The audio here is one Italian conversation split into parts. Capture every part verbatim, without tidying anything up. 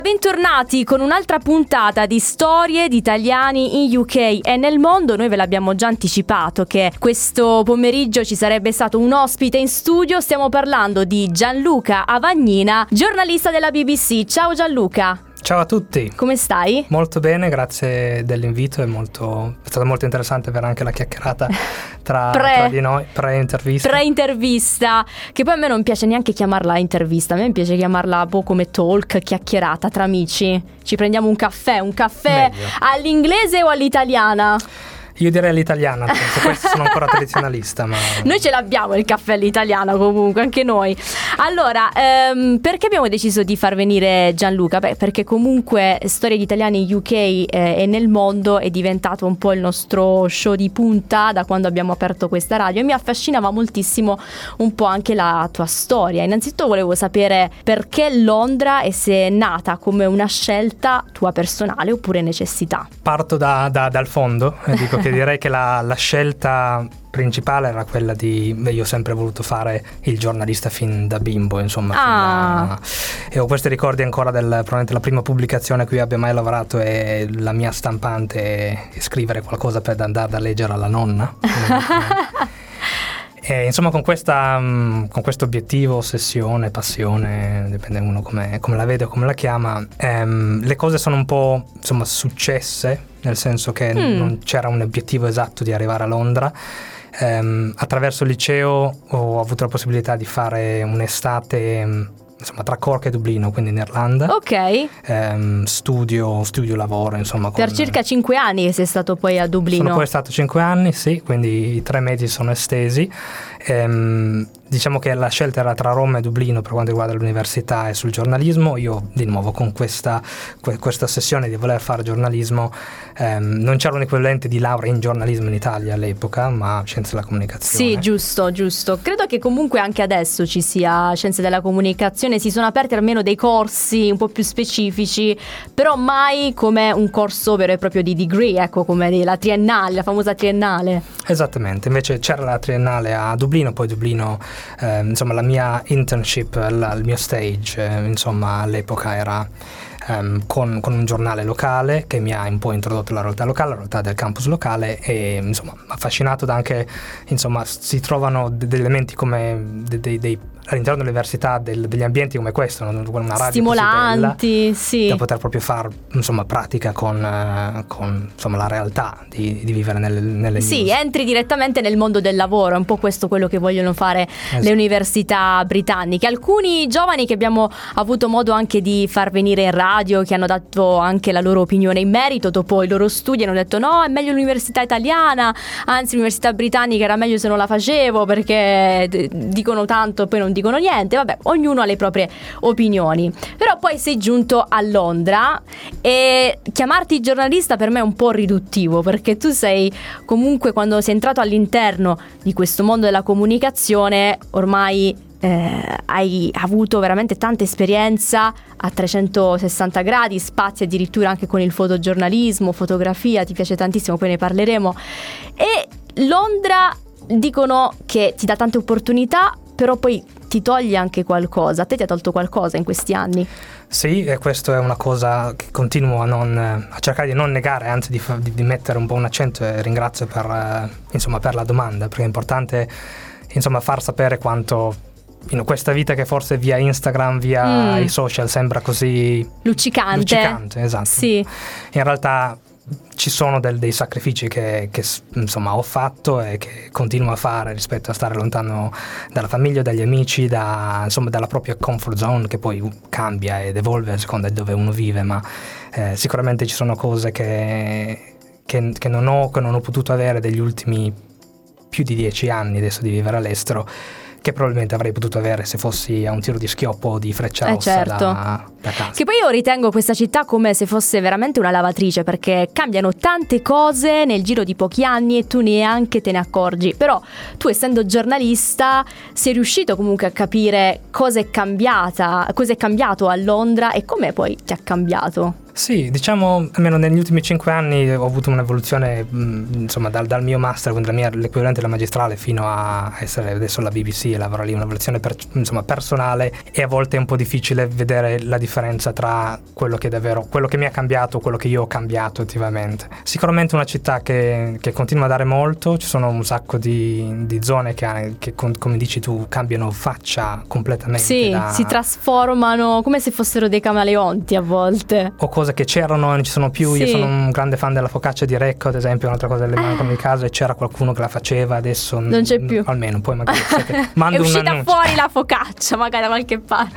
Bentornati con un'altra puntata di storie di italiani in U K e nel mondo. Noi ve l'abbiamo già anticipato che questo pomeriggio ci sarebbe stato un ospite in studio. Stiamo parlando di Gianluca Avagnina, giornalista della B B C. Ciao Gianluca. Ciao a tutti. Come stai? Molto bene, grazie dell'invito. È, molto, è stato molto interessante avere anche la chiacchierata tra, Pre, tra di noi, pre-intervista. Pre-intervista, che poi a me non piace neanche chiamarla intervista, a me piace chiamarla un po' come talk, chiacchierata tra amici. Ci prendiamo un caffè, un caffè Meglio. All'inglese o all'italiana? Io direi all'italiana, penso. Questo sono ancora tradizionalista, ma noi ce l'abbiamo il caffè all'italiana comunque, anche noi. Allora, ehm, perché abbiamo deciso di far venire Gianluca? Beh, perché comunque Storie di Italiani in U K eh, e nel mondo è diventato un po' il nostro show di punta da quando abbiamo aperto questa radio, e mi affascinava moltissimo un po' anche la tua storia. Innanzitutto volevo sapere perché Londra e se è nata come una scelta tua personale oppure necessità. Parto da, da, dal fondo e dico che direi che la, la scelta principale era quella di beh, io ho sempre voluto fare il giornalista fin da bimbo, insomma. Ah. Da, e ho questi ricordi ancora del probabilmente la prima pubblicazione a cui abbia mai lavorato è la mia stampante e scrivere qualcosa per andare a leggere alla nonna. E insomma con questa con questo obiettivo, ossessione, passione, dipende uno come, come la vede o come la chiama, ehm, le cose sono un po' insomma successe, nel senso che mm. non c'era un obiettivo esatto di arrivare a Londra. Ehm, attraverso il liceo ho avuto la possibilità di fare un'estate insomma tra Cork e Dublino, quindi in Irlanda. Ok. Ehm, studio, studio, lavoro, insomma. Per con, circa cinque anni che sei stato poi a Dublino. Sono poi stato cinque anni, sì, quindi i tre mesi sono estesi. Ehm, diciamo che la scelta era tra Roma e Dublino per quanto riguarda l'università e sul giornalismo. Io di nuovo con questa, que- questa ossessione di voler fare giornalismo, ehm, non c'era un equivalente di laurea in giornalismo in Italia all'epoca, ma scienze della comunicazione. Sì, giusto, giusto. Credo che comunque anche adesso ci sia scienze della comunicazione, si sono aperti almeno dei corsi un po' più specifici, però mai come un corso vero e proprio di degree, ecco, come la triennale, la famosa triennale. Esattamente, invece c'era la triennale a Dublino, poi Dublino, eh, insomma la mia internship, la, il mio stage, eh, insomma all'epoca era um, con, con un giornale locale che mi ha un po' introdotto la realtà locale, la realtà del campus locale, e insomma affascinato da anche, insomma si trovano degli elementi come dei, dei, dei all'interno dell'università del, degli ambienti come questo, una radio stimolanti, bella, sì, da poter proprio fare insomma pratica con, uh, con insomma la realtà di, di vivere nelle, nelle sì, news. Entri direttamente nel mondo del lavoro, è un po' questo quello che vogliono fare esatto. le università britanniche. Alcuni giovani che abbiamo avuto modo anche di far venire in radio, che hanno dato anche la loro opinione in merito dopo i loro studi, hanno detto no, è meglio l'università italiana, anzi l'università britannica era meglio se non la facevo, perché dicono tanto e poi non dicono niente. Vabbè, ognuno ha le proprie opinioni. Però poi sei giunto a Londra e chiamarti giornalista per me è un po' riduttivo, perché tu sei comunque, quando sei entrato all'interno di questo mondo della comunicazione, ormai eh, hai avuto veramente tanta esperienza a trecentosessanta gradi, spazi addirittura anche con il fotogiornalismo, fotografia, ti piace tantissimo, poi ne parleremo. E Londra dicono che ti dà tante opportunità, però poi ti toglie anche qualcosa. A te ti ha tolto qualcosa in questi anni? Sì, e questo è una cosa che continuo a, non, a cercare di non negare, anzi di, di, di mettere un po' un accento, e ringrazio per, uh, insomma, per la domanda, perché è importante insomma far sapere quanto you know, questa vita che forse via Instagram, via mm. i social sembra così luccicante, luccicante, esatto. Sì. In realtà ci sono del, dei sacrifici che, che insomma ho fatto e che continuo a fare rispetto a stare lontano dalla famiglia, dagli amici, da, insomma dalla propria comfort zone, che poi cambia ed evolve a seconda di dove uno vive, ma eh, sicuramente ci sono cose che, che, che non ho che non ho potuto avere degli ultimi più di dieci anni adesso di vivere all'estero, che probabilmente avrei potuto avere se fossi a un tiro di schioppo o di freccia eh rossa certo. da, da casa. Che poi io ritengo questa città come se fosse veramente una lavatrice, perché cambiano tante cose nel giro di pochi anni e tu neanche te ne accorgi. Però tu, essendo giornalista, sei riuscito comunque a capire cosa è cambiata, cosa è cambiato a Londra e come poi ti ha cambiato. Sì, diciamo, almeno negli ultimi cinque anni ho avuto un'evoluzione, mh, insomma, dal, dal mio master, quindi la mia, l'equivalente della magistrale, fino a essere adesso alla B B C e lavorare lì, un'evoluzione per, insomma, personale, e a volte è un po' difficile vedere la differenza tra quello che davvero, quello che mi ha cambiato, quello che io ho cambiato attivamente. Sicuramente una città che, che continua a dare molto, ci sono un sacco di, di zone che, che, come dici tu, cambiano faccia completamente. Sì, da... si trasformano come se fossero dei camaleonti a volte. O cose che c'erano e non ci sono più. Sì. Io sono un grande fan della focaccia di Recco, ad esempio, un'altra cosa che rimangono in casa, e c'era qualcuno che la faceva, adesso non c'è più. Almeno poi magari mando è uscita un fuori la focaccia magari da qualche parte.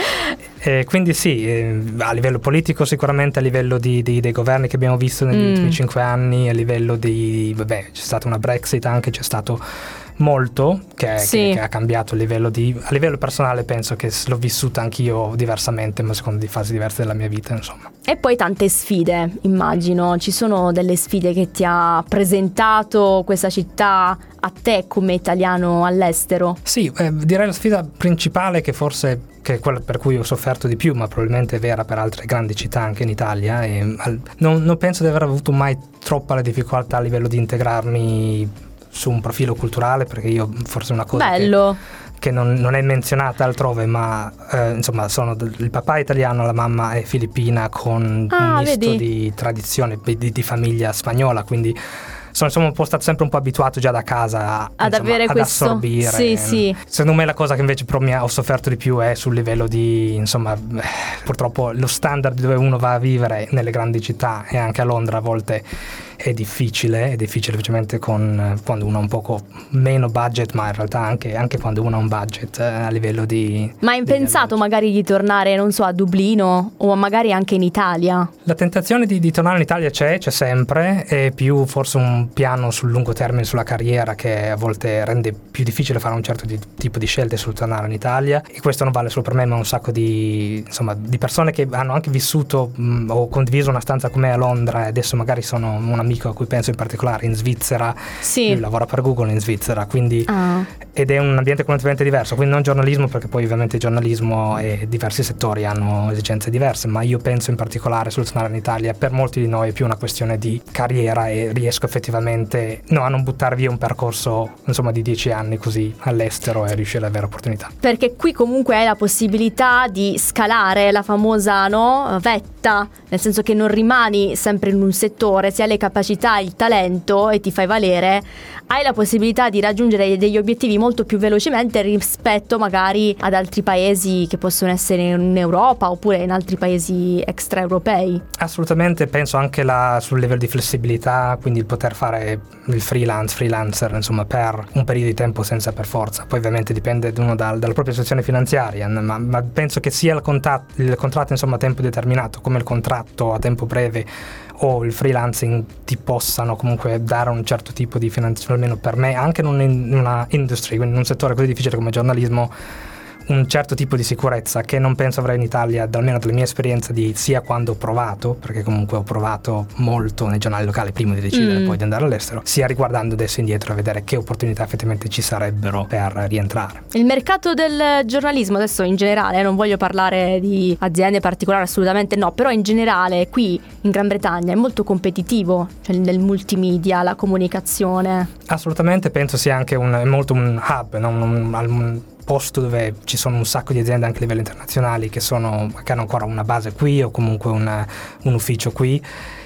Eh, quindi sì, eh, a livello politico sicuramente, a livello di, di, dei governi che abbiamo visto negli mm. ultimi cinque anni, a livello di, vabbè, c'è stata una Brexit anche, c'è stato molto che, sì. che, che ha cambiato a livello di, a livello personale penso che l'ho vissuta anch'io diversamente, ma secondo di fasi diverse della mia vita, insomma. E poi tante sfide, immagino. Ci sono delle sfide che ti ha presentato questa città a te come italiano all'estero? Sì, eh, direi la sfida principale, che forse che è quella per cui ho sofferto di più, ma probabilmente è vera per altre grandi città anche in Italia, e al, non, non penso di aver avuto mai troppa difficoltà a livello di integrarmi su un profilo culturale, perché io forse una cosa Bello. che, che non, non è menzionata altrove, ma eh, insomma sono il papà è italiano, la mamma è filippina, con ah, un misto vedi? di tradizione di, di famiglia spagnola, quindi sono insomma un po' stato sempre un po' abituato già da casa ad insomma, avere ad questo assorbire. sì, sì. Secondo me la cosa che invece però mi ha, ho sofferto di più è sul livello di, insomma, purtroppo lo standard dove uno va a vivere nelle grandi città, e anche a Londra a volte è difficile, è difficile specialmente con, quando uno ha un poco meno budget, ma in realtà anche, anche quando uno ha un budget eh, a livello di... Ma hai pensato alloggi. magari di tornare, non so, a Dublino o magari anche in Italia? La tentazione di, di tornare in Italia c'è, c'è sempre, è più forse un piano sul lungo termine sulla carriera, che a volte rende più difficile fare un certo di, tipo di scelte sul tornare in Italia, e questo non vale solo per me, ma un sacco di, insomma, di persone che hanno anche vissuto mh, o condiviso una stanza con me a Londra, e adesso magari sono un amico a cui penso in particolare in Svizzera. Sì. Lui lavora per Google in Svizzera, quindi ah. ed è un ambiente completamente diverso, quindi non giornalismo, perché poi ovviamente il giornalismo e diversi settori hanno esigenze diverse, ma io penso in particolare sul tornare in Italia per molti di noi è più una questione di carriera, e riesco effettivamente no, a non buttare via un percorso insomma di dieci anni così all'estero e riuscire ad avere opportunità. Perché qui comunque hai la possibilità di scalare la famosa no, vetta, nel senso che non rimani sempre in un settore, se hai le capacità, il talento e ti fai valere, hai la possibilità di raggiungere degli obiettivi molto più velocemente rispetto magari ad altri paesi che possono essere in Europa oppure in altri paesi extraeuropei. Assolutamente, penso anche la, sul livello di flessibilità, quindi il poter fare il freelance, freelancer insomma per un periodo di tempo senza per forza, poi ovviamente dipende uno dal, dalla propria situazione finanziaria, ma, ma penso che sia il, contatto, il contratto insomma a tempo determinato come il contratto a tempo breve o il freelancing ti possano comunque dare un certo tipo di finanziamento, almeno per me, anche in una industry, quindi in un settore così difficile come il giornalismo, un certo tipo di sicurezza che non penso avrei in Italia, almeno dalle mie esperienze di sia quando ho provato, perché comunque ho provato molto nei giornali locali prima di decidere mm. poi di andare all'estero, sia riguardando adesso indietro a vedere che opportunità effettivamente ci sarebbero per rientrare. Il mercato del giornalismo adesso in generale, non voglio parlare di aziende particolari, assolutamente no, però in generale qui in Gran Bretagna è molto competitivo, cioè nel multimedia, la comunicazione. Assolutamente, penso sia anche un, è molto un hub, no? un, un, un posto dove ci sono un sacco di aziende anche a livello internazionali che, sono, che hanno ancora una base qui o comunque una, un ufficio qui,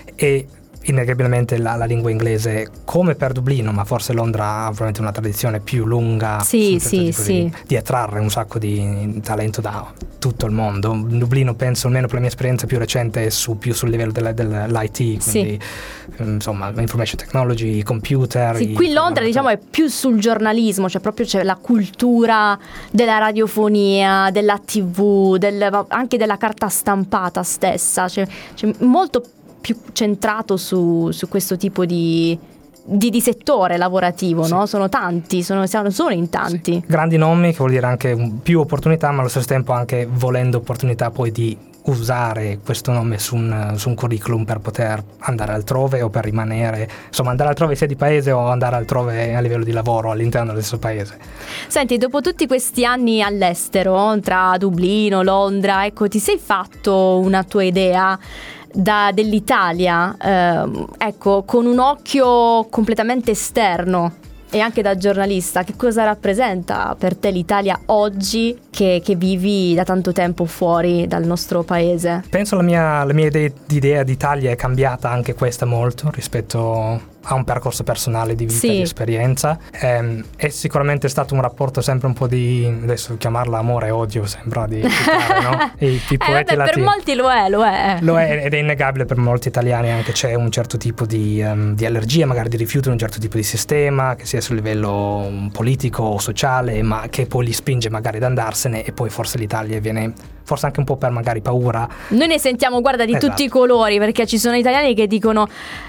e innegabilmente la, la lingua inglese, come per Dublino, ma forse Londra ha probabilmente una tradizione più lunga sì, sì, sì. Di, di attrarre un sacco di talento da tutto il mondo. Dublino penso, almeno per la mia esperienza più recente, è su, più sul livello della, dell'I T, quindi sì. insomma information technology, computer. Sì, qui Londra diciamo è più sul giornalismo, cioè proprio c'è la cultura della radiofonia, della tivù, del, anche della carta stampata stessa, cioè, cioè molto più centrato su, su questo tipo di, di, di settore lavorativo, sì. no? Sono tanti, sono, sono in tanti. Sì. Grandi nomi, che vuol dire anche più opportunità, ma allo stesso tempo anche volendo opportunità poi di usare questo nome su un, su un curriculum per poter andare altrove o per rimanere, insomma andare altrove sia di paese o andare altrove a livello di lavoro all'interno del suo paese. Senti, dopo tutti questi anni all'estero, tra Dublino, Londra, ecco, ti sei fatto una tua idea da, dell'Italia, eh, ecco, con un occhio completamente esterno e anche da giornalista, che cosa rappresenta per te l'Italia oggi che, che vivi da tanto tempo fuori dal nostro paese? Penso la mia, la mia idea, idea d'Italia è cambiata anche questa molto rispetto a un percorso personale di vita, sì. di esperienza. Ehm, è sicuramente stato un rapporto sempre un po' di, adesso chiamarla amore e odio sembra di citare, no? I, i eh, poeti vabbè, per molti lo è, lo è. Lo è ed è innegabile per molti italiani, anche c'è un certo tipo di, um, di allergia, magari di rifiuto di un certo tipo di sistema, che sia sul livello politico o sociale, ma che poi li spinge magari ad andarsene, e poi forse l'Italia viene, forse anche un po' per magari paura. Noi ne sentiamo, guarda, di esatto. tutti i colori, perché ci sono italiani che dicono: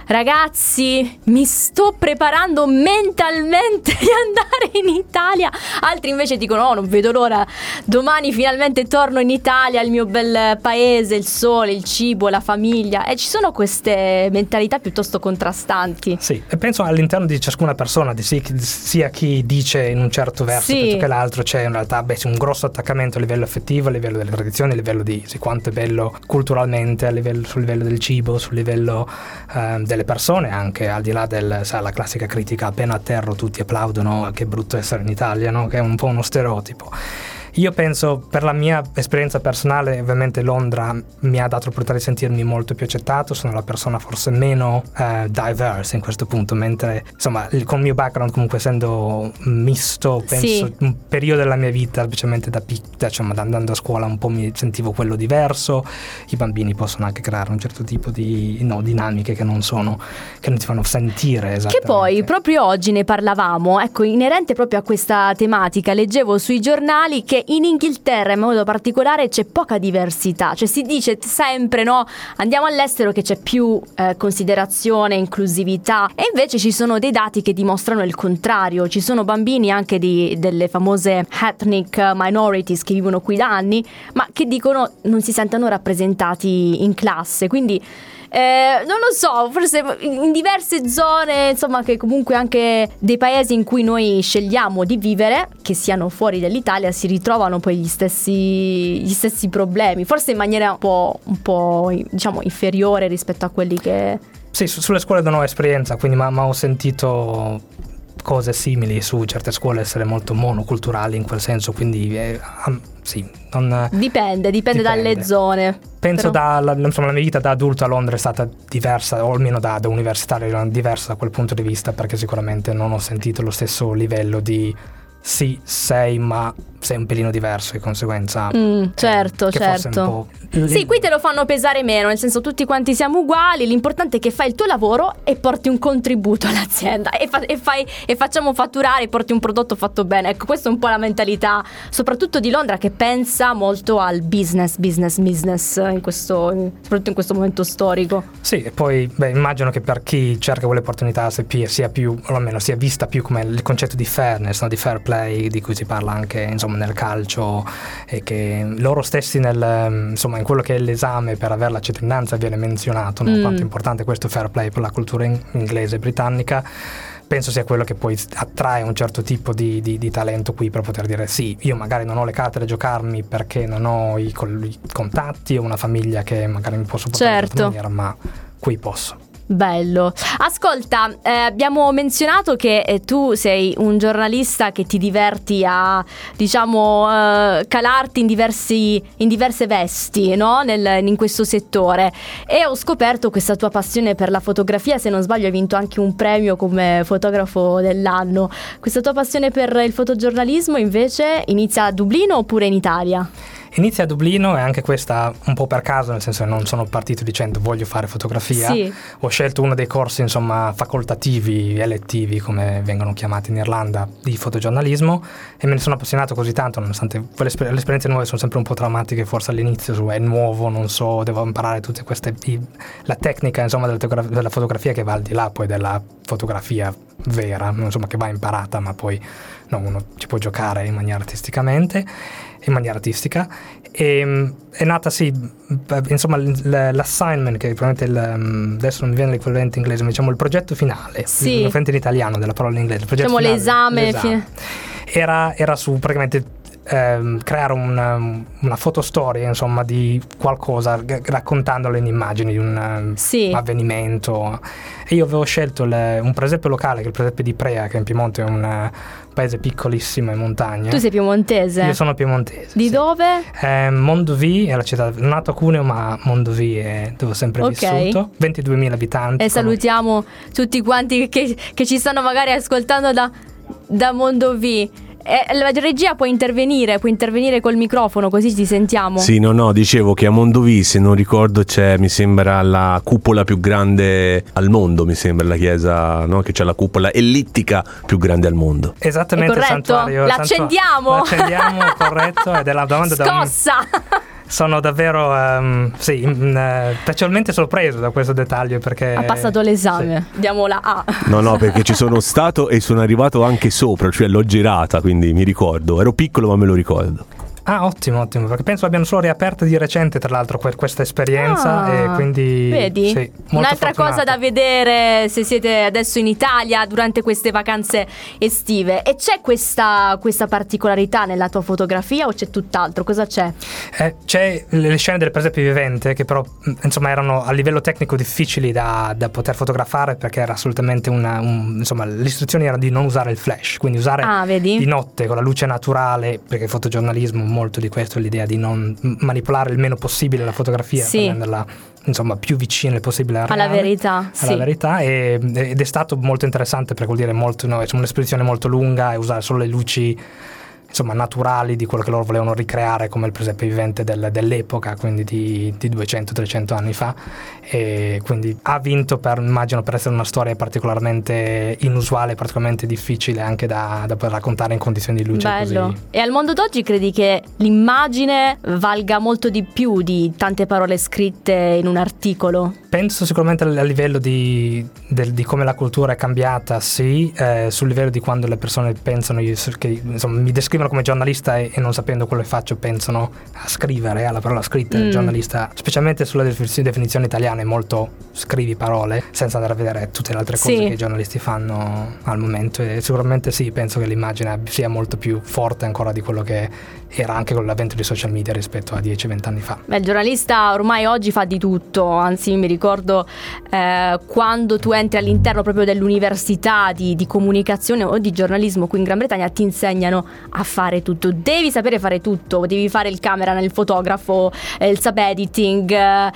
ragazzi, mi sto preparando mentalmente di andare in Italia. Altri invece dicono: oh, non vedo l'ora, domani finalmente torno in Italia, il mio bel paese, il sole, il cibo, la famiglia. E ci sono queste mentalità piuttosto contrastanti. Sì, e penso all'interno di ciascuna persona, di sì, sia chi dice in un certo verso sì. piuttosto che l'altro, c'è in realtà beh, c'è un grosso attaccamento a livello affettivo, a livello delle tradizioni, a livello di sì, quanto è bello culturalmente, a livello, sul livello del cibo, sul livello eh, delle persone, anche al di là del, sa, la classica critica appena a terra tutti applaudono, che brutto essere in Italia, no? Che è un po' uno stereotipo. Io penso, per la mia esperienza personale, ovviamente Londra mi ha dato l'opportunità di sentirmi molto più accettato, sono la persona forse meno uh, diverse in questo punto, mentre insomma con il mio background comunque essendo misto, penso sì. un periodo della mia vita, specialmente da piccola, diciamo, andando a scuola un po' mi sentivo quello diverso. I bambini possono anche creare un certo tipo di no, dinamiche che non sono, che non ti fanno sentire esattamente. Che poi proprio oggi ne parlavamo, ecco, inerente proprio a questa tematica, leggevo sui giornali che in Inghilterra in modo particolare c'è poca diversità, cioè si dice sempre, no, andiamo all'estero che c'è più eh, considerazione, inclusività, e invece ci sono dei dati che dimostrano il contrario. Ci sono bambini anche di, delle famose ethnic minorities che vivono qui da anni, ma che dicono non si sentono rappresentati in classe, quindi Eh, non lo so, forse in diverse zone, insomma, che comunque anche dei paesi in cui noi scegliamo di vivere, che siano fuori dall'Italia, si ritrovano poi gli stessi gli stessi problemi, forse in maniera un po', un po' diciamo inferiore rispetto a quelli che... Sì, su, sulle scuole non ho esperienza, quindi ma, ma ho sentito cose simili su certe scuole, essere molto monoculturali in quel senso, quindi eh, um, sì, non, dipende, dipende, dipende dalle zone. Penso però... da, insomma, la mia vita da adulto a Londra è stata diversa, o almeno da, da universitario diversa da quel punto di vista, perché sicuramente non ho sentito lo stesso livello di sì, sei, ma sei un pelino diverso, di conseguenza mm, certo, eh, che certo. forse un po'... Sì, qui te lo fanno pesare meno, nel senso tutti quanti siamo uguali, l'importante è che fai il tuo lavoro e porti un contributo all'azienda e, fa- e, fai, e facciamo fatturare e porti un prodotto fatto bene. Ecco, questa è un po' la mentalità soprattutto di Londra, che pensa molto al business, business, business in questo, in, soprattutto in questo momento storico. Sì, e poi beh, immagino che per chi cerca quelle opportunità sia più, o almeno sia vista più come il concetto di fairness, no? Di fair play, di cui si parla anche insomma nel calcio, e che loro stessi nel insomma in quello che è l'esame per avere la cittadinanza viene menzionato, no? Mm. Quanto è importante questo fair play per la cultura in- inglese e britannica. Penso sia quello che poi attrae un certo tipo di, di, di talento qui, per poter dire sì, io magari non ho le carte da giocarmi perché non ho i, col- i contatti o una famiglia che magari mi può supportare certo. in questa maniera, ma qui posso. Bello. Ascolta, eh, abbiamo menzionato che eh, tu sei un giornalista che ti diverti a, diciamo, eh, calarti in diversi in diverse vesti, no? Nel, in questo settore, e ho scoperto questa tua passione per la fotografia. Se non sbaglio hai vinto anche un premio come fotografo dell'anno. Questa tua passione per il fotogiornalismo invece inizia a Dublino oppure in Italia? Inizia a Dublino, e anche questa un po' per caso, nel senso che non sono partito dicendo voglio fare fotografia. Sì. Ho scelto uno dei corsi insomma facoltativi, elettivi come vengono chiamati in Irlanda, di fotogiornalismo, e me ne sono appassionato così tanto, nonostante le esperienze nuove sono sempre un po' traumatiche forse all'inizio, su è nuovo, non so, devo imparare tutte queste, la tecnica insomma della, della fotografia, che va al di là poi della fotografia vera, insomma, che va imparata, ma poi no, uno ci può giocare in maniera artisticamente in maniera artistica. E è nata sì insomma l'assignment, che probabilmente il, adesso non mi viene l'equivalente inglese, ma diciamo il progetto finale, sì. L'equivalente in italiano della parola in inglese, il progetto diciamo finale, l'esame, l'esame. Era, era su praticamente ehm, creare una, una fotostoria, insomma, di qualcosa, g- raccontandolo in immagini di un sì. avvenimento. E io avevo scelto le, un presepe locale, che è il presepe di Prea, che in Piemonte è un paese piccolissimo in montagna. Tu sei piemontese? Io sono piemontese. Di sì. dove? Eh, Mondovì è la città, nato a Cuneo, ma Mondovì è dove ho sempre okay. vissuto. ventiduemila abitanti. E salutiamo tutti quanti che, che ci stanno magari ascoltando da, da Mondovì. Eh, la regia può intervenire, può intervenire col microfono, così ci sentiamo. Sì, no, no, dicevo che a Mondovì, se non ricordo, c'è, mi sembra, la cupola più grande al mondo, mi sembra, la chiesa, no? Che c'è la cupola ellittica più grande al mondo. Esattamente, il santuario. L'accendiamo! L'accendiamo, corretto, ed è la domanda da un... Scossa! Sono davvero um, sì, uh, piacevolmente sorpreso da questo dettaglio, perché ha passato l'esame, sì. Diamo la A. No, no, perché ci sono stato e sono arrivato anche sopra, cioè l'ho girata, quindi mi ricordo, ero piccolo ma me lo ricordo. Ah, ottimo, ottimo, perché penso abbiano solo riaperto di recente, tra l'altro, que- questa esperienza, ah, e quindi vedi? Sì, un'altra fortunato. cosa da vedere se siete adesso in Italia durante queste vacanze estive. E c'è questa, questa particolarità nella tua fotografia o c'è tutt'altro? Cosa c'è? Eh, c'è le scene del presepe vivente, che però insomma erano a livello tecnico difficili da, da poter fotografare, perché era assolutamente una un, insomma le istruzioni erano di non usare il flash, quindi usare ah, vedi? di notte con la luce naturale, perché il fotogiornalismo molto di questo è l'idea di non manipolare il meno possibile la fotografia, sì. per renderla insomma più vicina il possibile alla, alla reale, verità, alla sì. verità e, ed è stato molto interessante, perché vuol dire molto, no, insomma, un'esposizione molto lunga e usare solo le luci insomma naturali di quello che loro volevano ricreare come il presepe vivente del, dell'epoca, quindi di, di duecento trecento anni fa, e quindi ha vinto per, immagino, per essere una storia particolarmente inusuale, particolarmente difficile anche da, da poter raccontare in condizioni di luce. Bello. Così. E al mondo d'oggi credi che l'immagine valga molto di più di tante parole scritte in un articolo? Penso sicuramente a livello di, del, di come la cultura è cambiata, sì, eh, sul livello di quando le persone pensano, io, che insomma mi descrivono come giornalista e, e non sapendo quello che faccio pensano a scrivere, alla parola scritta. Mm. Il giornalista, specialmente sulla definizione, definizione italiana, è molto scrivi parole senza andare a vedere tutte le altre cose sì. che i giornalisti fanno al momento, e sicuramente sì, penso che l'immagine sia molto più forte ancora di quello che era anche con l'avvento dei social media rispetto a dieci venti anni fa. Beh, il giornalista ormai oggi fa di tutto, anzi mi ricordo eh, quando tu entri all'interno proprio dell'università di, di comunicazione o di giornalismo qui in Gran Bretagna ti insegnano a fare tutto, devi sapere fare tutto, devi fare il camera, il fotografo, eh, il sub editing,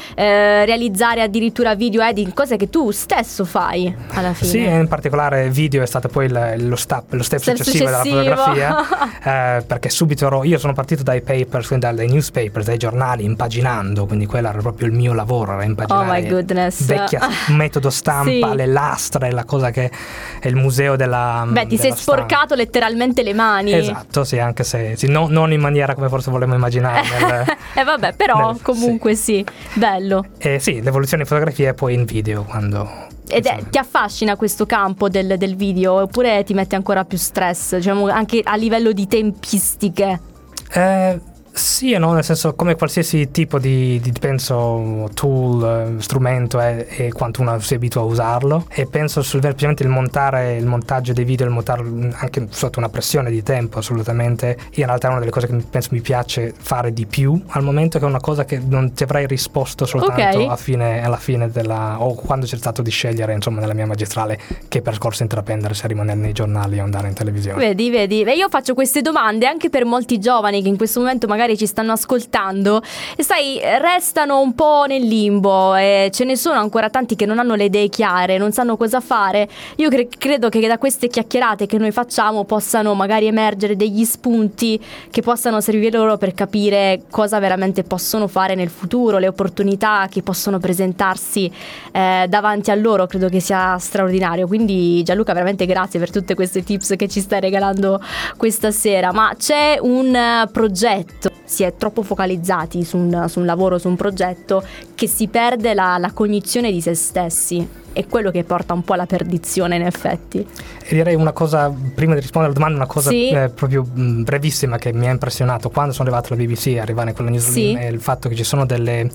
eh, realizzare addirittura video editing, cose che tu stesso fai alla fine. Sì, in particolare video è stato poi il, lo, step, lo step Step successivo, successivo. della fotografia, eh, perché subito ero, io sono partito dai papers, quindi dai newspapers, dai giornali, impaginando, quindi quello era proprio il mio lavoro, era impaginare. Oh my goodness. Vecchia metodo stampa, sì. le lastre, la cosa che è il museo della Beh, ti della sei stampa. sporcato letteralmente le mani. Esatto, sì, anche se sì, no, non in maniera come forse volevo immaginare. Nel, eh vabbè, però nel, comunque sì. sì, bello. Eh, sì, l'evoluzione di fotografia è poi in video quando... Ed è, ti affascina questo campo del, del video oppure ti mette ancora più stress, diciamo anche a livello di tempistiche? Eh... Sì e no, nel senso, come qualsiasi tipo di, di penso tool, eh, strumento è, è quanto uno si abitua a usarlo, e penso sul semplicemente il montare, il montaggio dei video, il montarlo anche sotto una pressione di tempo, assolutamente, in realtà è una delle cose che mi, penso mi piace fare di più al momento, che è una cosa che non ti avrei risposto soltanto okay. a fine, alla fine della, o quando c'è stato di scegliere, insomma, nella mia magistrale che percorso intraprendere, se rimanere nei giornali o andare in televisione. Vedi, vedi, e io faccio queste domande anche per molti giovani che in questo momento magari ci stanno ascoltando e sai, restano un po' nel limbo, e ce ne sono ancora tanti che non hanno le idee chiare, non sanno cosa fare. Io cre- credo che da queste chiacchierate che noi facciamo possano magari emergere degli spunti che possano servire loro per capire cosa veramente possono fare nel futuro, le opportunità che possono presentarsi eh, davanti a loro. Credo che sia straordinario, quindi Gianluca, veramente grazie per tutte queste tips che ci stai regalando questa sera. Ma c'è un uh, progetto, si è troppo focalizzati su un, su un lavoro, su un progetto, che si perde la, la cognizione di se stessi. è quello che porta un po' alla perdizione, in effetti. E direi una cosa, prima di rispondere alla domanda, una cosa sì. eh, proprio mh, brevissima che mi ha impressionato quando sono arrivato alla B B C, arrivare in quella newsroom, sì. è il fatto che ci sono delle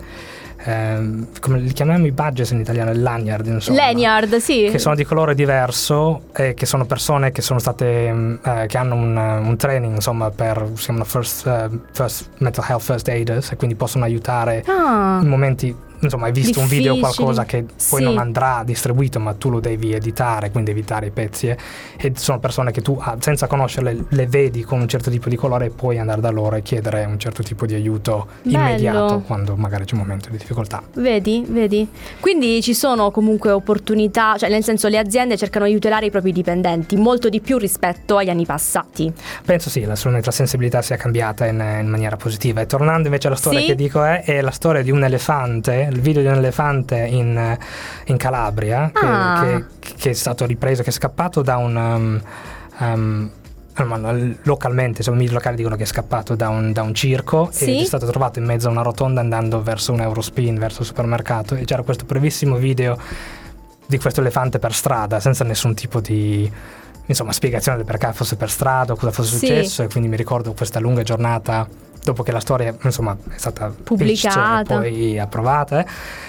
eh, come li chiamiamo i badges in italiano, il lanyard, insomma, lanyard, sì, che sono di colore diverso e che sono persone che sono state eh, che hanno un, un training, insomma, per, si chiamano first, uh, first mental health first aiders, e quindi possono aiutare ah. in momenti, insomma, hai visto difficili. un video, qualcosa che poi sì. non andrà distribuito, ma tu lo devi editare, quindi evitare i pezzi, eh? E sono persone che tu ah, senza conoscerle le vedi con un certo tipo di colore e puoi andare da loro e chiedere un certo tipo di aiuto Bello. immediato quando magari c'è un momento di difficoltà. Vedi, vedi. Quindi ci sono comunque opportunità, cioè nel senso le aziende cercano di tutelare i propri dipendenti molto di più rispetto agli anni passati. Penso sì, assolutamente la sensibilità sia cambiata in, in maniera positiva. E tornando invece alla storia sì? che dico è, è la storia di un elefante, il video di un elefante in, in Calabria, ah. che, che, che è stato ripreso, che è scappato da un um, um, localmente, insomma, i media locali dicono che è scappato da un, da un circo, sì? ed è stato trovato in mezzo a una rotonda andando verso un Eurospin, verso il supermercato, e c'era questo brevissimo video di questo elefante per strada senza nessun tipo di, insomma, spiegazione del perché fosse per strada o cosa fosse sì. successo. E quindi mi ricordo questa lunga giornata dopo che la storia, insomma, è stata pubblicata e poi approvata,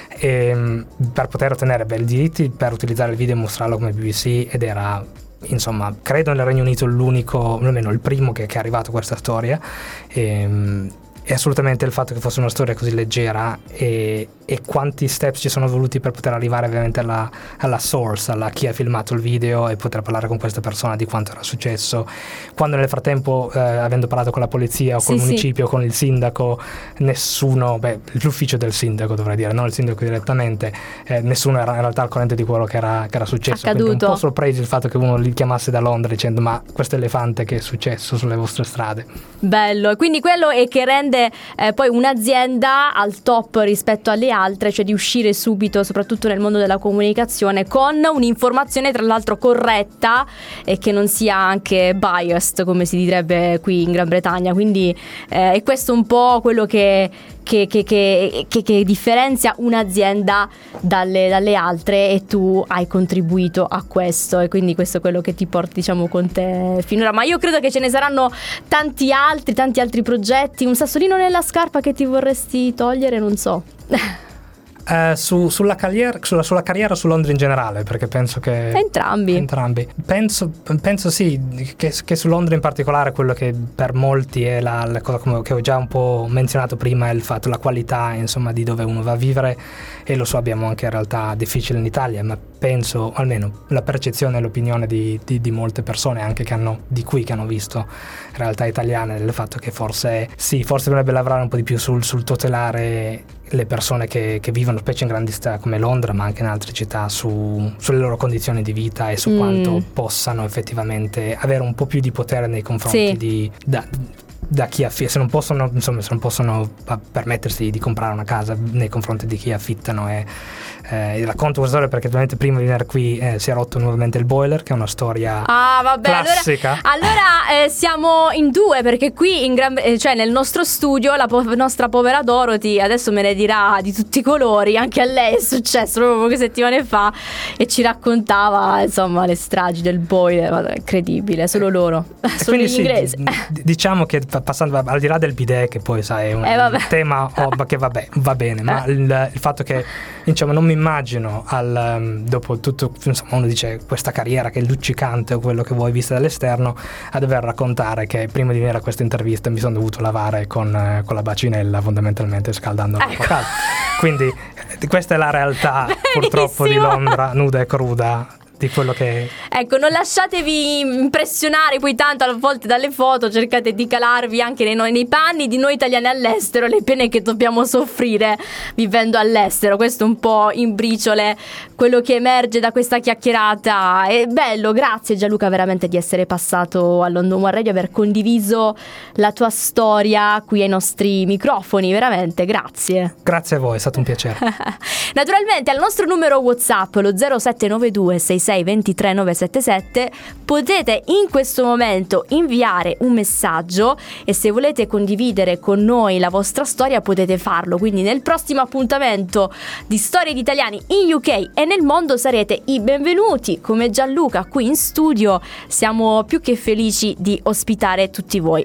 e, per poter ottenere beh, i diritti per utilizzare il video e mostrarlo come B B C, ed era, insomma, credo nel Regno Unito l'unico, almeno il primo che, che è arrivato a questa storia. E, e assolutamente il fatto che fosse una storia così leggera, e, e quanti steps ci sono voluti per poter arrivare ovviamente alla, alla source, alla chi ha filmato il video, e poter parlare con questa persona di quanto era successo, quando nel frattempo eh, avendo parlato con la polizia o sì, col sì. municipio, con il sindaco, nessuno, beh, l'ufficio del sindaco dovrei dire, non il sindaco direttamente, eh, nessuno era in realtà al corrente di quello che era, che era successo. Accaduto. Quindi un po' sorpresi il fatto che uno li chiamasse da Londra dicendo: ma questo elefante che è successo sulle vostre strade? Bello. E quindi quello è che rende Eh, poi un'azienda al top rispetto alle altre, cioè di uscire subito, soprattutto nel mondo della comunicazione, con un'informazione tra l'altro corretta e che non sia anche biased, come si direbbe qui in Gran Bretagna. Quindi eh, è questo un po' quello che Che, che, che, che, che differenzia un'azienda dalle, dalle altre, e tu hai contribuito a questo, e quindi questo è quello che ti porti, diciamo, con te finora. Ma io credo che ce ne saranno tanti altri, tanti altri progetti. Un sassolino nella scarpa che ti vorresti togliere, non so. Uh, su, sulla, carriera, sulla, sulla carriera su Londra in generale, perché penso che entrambi, entrambi. Penso, penso sì che, che su Londra in particolare quello che per molti è la, la cosa, come che ho già un po' menzionato prima, è il fatto, la qualità, insomma, di dove uno va a vivere. E lo so, abbiamo anche in realtà difficile in Italia, ma penso, almeno la percezione e l'opinione di, di, di molte persone anche che hanno, di qui che hanno visto realtà italiane, del fatto che forse sì, forse dovrebbe lavorare un po' di più sul, sul tutelare le persone che, che vivono, specie in grandi città come Londra, ma anche in altre città, su, sulle loro condizioni di vita e su mm. quanto possano effettivamente avere un po' più di potere nei confronti sì. di da, da chi affitta, se non possono, insomma, se non possono permettersi di comprare una casa, nei confronti di chi affittano. E eh, racconto questa storia perché ovviamente prima di venire qui eh, si è rotto nuovamente il boiler, che è una storia ah, vabbè, classica. Allora, allora eh, siamo in due, perché qui in Gran, eh, cioè nel nostro studio la po- nostra povera Dorothy adesso me ne dirà di tutti i colori. Anche a lei è successo proprio poche settimane fa, e ci raccontava, insomma, le stragi del boiler. Vabbè, incredibile, solo loro, solo gli sì, inglesi. d- diciamo che passando al di là del bidet, che poi sai è un eh, tema oh, che vabbè va bene, ma eh. il, il fatto che, diciamo, non mi immagino al, um, dopo tutto, insomma, uno dice questa carriera che è luccicante o quello che vuoi vista dall'esterno, a dover raccontare che prima di venire a questa intervista mi sono dovuto lavare con, eh, con la bacinella, fondamentalmente scaldando l'acqua ecco. calda. Quindi questa è la realtà purtroppo di Londra, nuda e cruda, di quello che... Ecco, non lasciatevi impressionare poi tanto a volte dalle foto, cercate di calarvi anche nei, nei panni di noi italiani all'estero, le pene che dobbiamo soffrire vivendo all'estero. Questo è un po' in briciole quello che emerge da questa chiacchierata. È bello, grazie Gianluca veramente di essere passato a London One Radio, aver condiviso la tua storia qui ai nostri microfoni, veramente grazie. Grazie a voi, è stato un piacere. Naturalmente al nostro numero WhatsApp, lo zero sette nove due sei sei sei due tre nove sette sette. Potete in questo momento inviare un messaggio e se volete condividere con noi la vostra storia potete farlo, quindi nel prossimo appuntamento di Storie di Italiani in U K e nel mondo sarete i benvenuti come Gianluca qui in studio. Siamo più che felici di ospitare tutti voi.